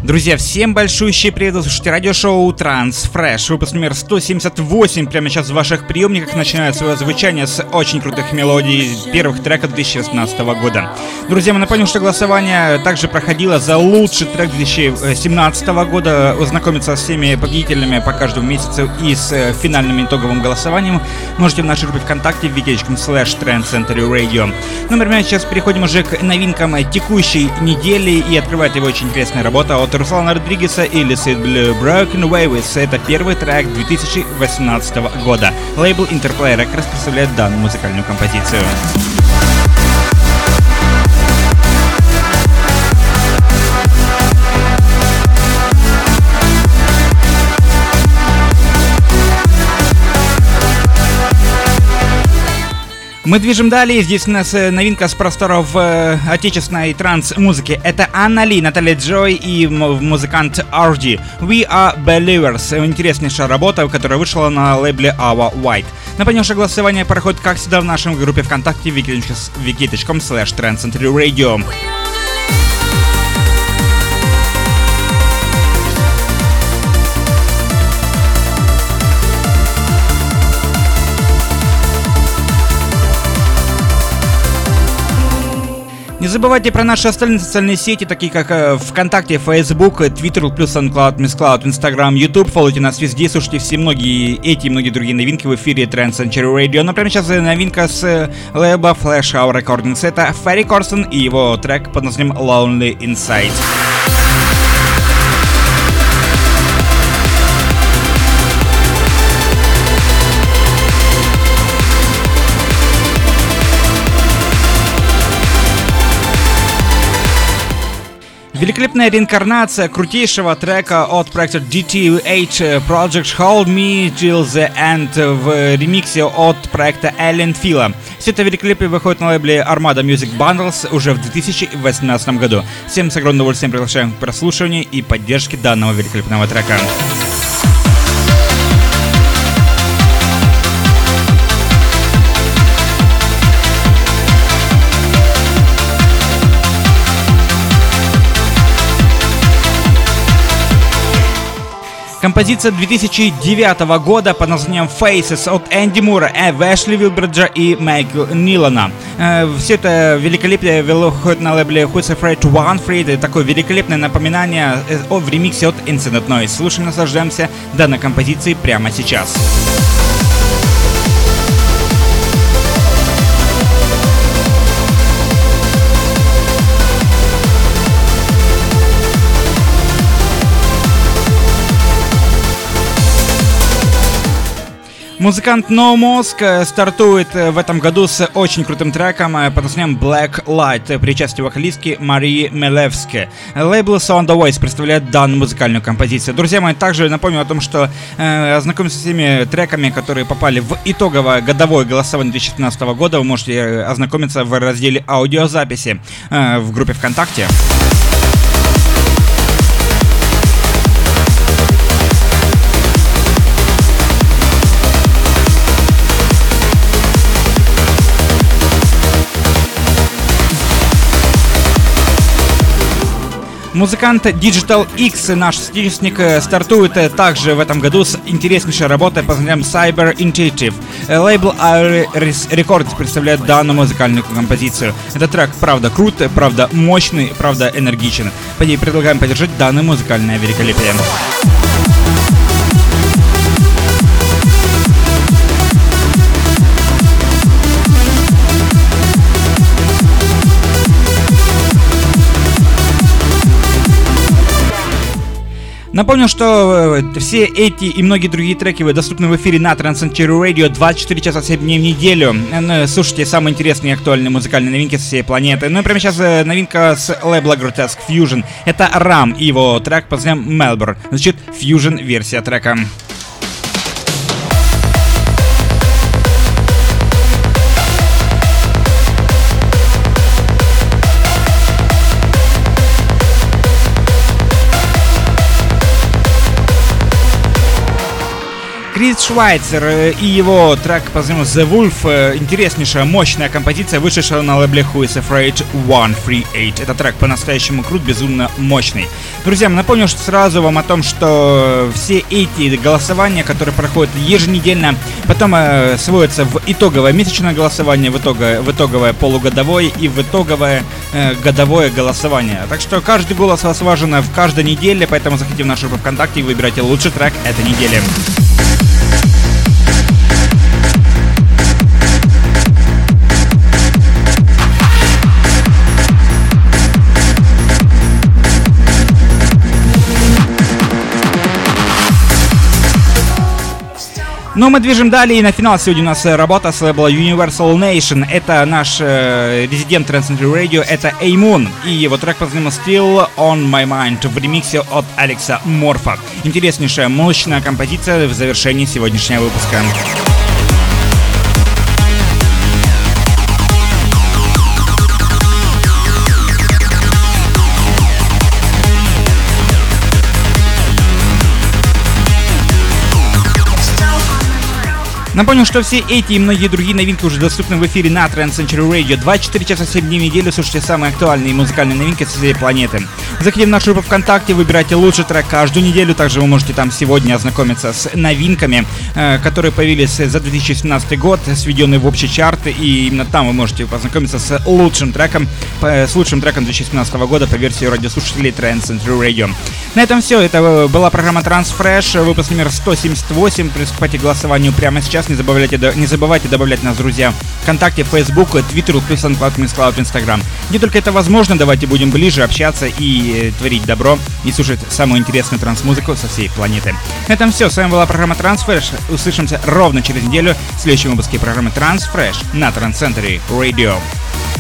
Друзья, всем большущий привет, вы слушаете радиошоу Transfresh, выпуск номер 178. Прямо сейчас в ваших приемниках начинает свое звучание с очень крутых мелодий первых треков 2018 года. Друзья, мы напомним, что голосование также проходило за лучший трек 2017 года. Ознакомиться с всеми победителями по каждому месяцу и с финальным итоговым голосованием можете в нашей группе ВКонтакте wiki.com/trendcenterradio. Ну, например, сейчас переходим уже к новинкам текущей недели, и открывает его очень интересная работа от Руслана Родригеса и Lucid Blue Broken Waves. Это первый трек 2018 года. Лейбл Interplay Records представляет данную музыкальную композицию. Мы движем далее, здесь у нас новинка с просторов отечественной транс-музыки. Это Анна Ли, Наталья Джой и музыкант RG. We Are Believers. Интереснейшая работа, которая вышла на лейбле Our White. Напомню, что голосование проходит, как всегда, в нашей группе ВКонтакте wiki.com/trendcenterradio. Не забывайте про наши остальные социальные сети, такие как ВКонтакте, Facebook, Twitter, плюс SoundCloud, MissCloud, Instagram, YouTube. Фолловите нас везде, слушайте все многие эти и многие другие новинки в эфире Trend Century Radio. Но прямо сейчас новинка с лейбла Flash Hour Recordings. Это Ferry Corsten и его трек под названием Lonely Inside. Великолепная реинкарнация крутейшего трека от проекта DTH Project Hold Me Till The End в ремиксе от проекта Alien Fila. Все это великолепие выходит на лейбле Armada Music Bundles уже в 2018 году. Всем с огромным удовольствием приглашаем к прослушиванию и поддержке данного великолепного трека. Композиция 2009 года под названием Faces от Энди Мура, Эшли Вилбриджа и Майкла Нилана. Все это великолепие выходит на лейбле Who's Afraid to One Free. Это такое великолепное напоминание в ремиксе от Incident Noise. Слушаем, наслаждаемся данной композицией прямо сейчас. Музыкант No Mosque стартует в этом году с очень крутым треком под названием Black Light при участии вокалистки Марии Мелевски. Лейбл Sound Voice представляет данную музыкальную композицию. Друзья мои, также напомню о том, что ознакомиться с теми треками, которые попали в итоговое годовое голосование 2015 года, вы можете ознакомиться в разделе аудиозаписи в группе ВКонтакте. Музыкант Digital X, наш соотечественник, стартует также в этом году с интереснейшей работой под названием Cyber Intuitive. Лейбл Iris Records представляет данную музыкальную композицию. Этот трек, правда, крут, правда, мощный, правда, энергичен. Предлагаем поддержать данное музыкальное великолепие. Напомню, что все эти и многие другие треки доступны в эфире на Trend Century Radio 24 часа 7 дней в неделю. Слушайте самые интересные и актуальные музыкальные новинки со всей планеты. Ну и прямо сейчас новинка с лейбла Grotesque Fusion. Это Ram и его трек под названием Melbourne. Значит, Fusion версия трека. Крис Швайцер и его трек под названием The Wolf. Интереснейшая, мощная композиция, вышедшая на лейбле Who is Afraid 138. Это трек по-настоящему крут, безумно мощный. Друзья, напомню сразу вам о том, что все эти голосования, которые проходят еженедельно, потом сводятся в итоговое месячное голосование, в итоговое полугодовое и в итоговое годовое голосование. Так что каждый голос у вас важен в каждой неделе, поэтому заходите в нашу группу ВКонтакте и выбирайте лучший трек этой недели. Но мы движем далее, и на финал сегодня у нас работа с лейбла Universal Nation. Это наш резидент Trance Century Radio, это Эймун. И его трек под названием Still On My Mind в ремиксе от Алекса Морфа. Интереснейшая мощная композиция в завершении сегодняшнего выпуска. Напомню, что все эти и многие другие новинки уже доступны в эфире на Trance Century Radio. 24 часа 7 дней в неделю слушайте самые актуальные музыкальные новинки со всей планеты. Заходите в нашу группу ВКонтакте, выбирайте лучший трек каждую неделю. Также вы можете там сегодня ознакомиться с новинками, которые появились за 2017 год, сведенные в общий чарт. И именно там вы можете познакомиться с лучшим треком 2017 года по версии радиослушателей Trance Century Radio. На этом все. Это была программа Transfresh, выпуск номер 178. Приступайте к голосованию прямо сейчас. Не забывайте добавлять нас, друзья, ВКонтакте, Facebook, Twitter, плюс SoundCloud, MixCloud, Instagram. Где только это возможно, давайте будем ближе общаться и творить добро, и слушать самую интересную транс-музыку со всей планеты. На этом все. С вами была программа Transfresh. Услышимся ровно через неделю в следующем выпуске программы Transfresh на Trance Century Radio.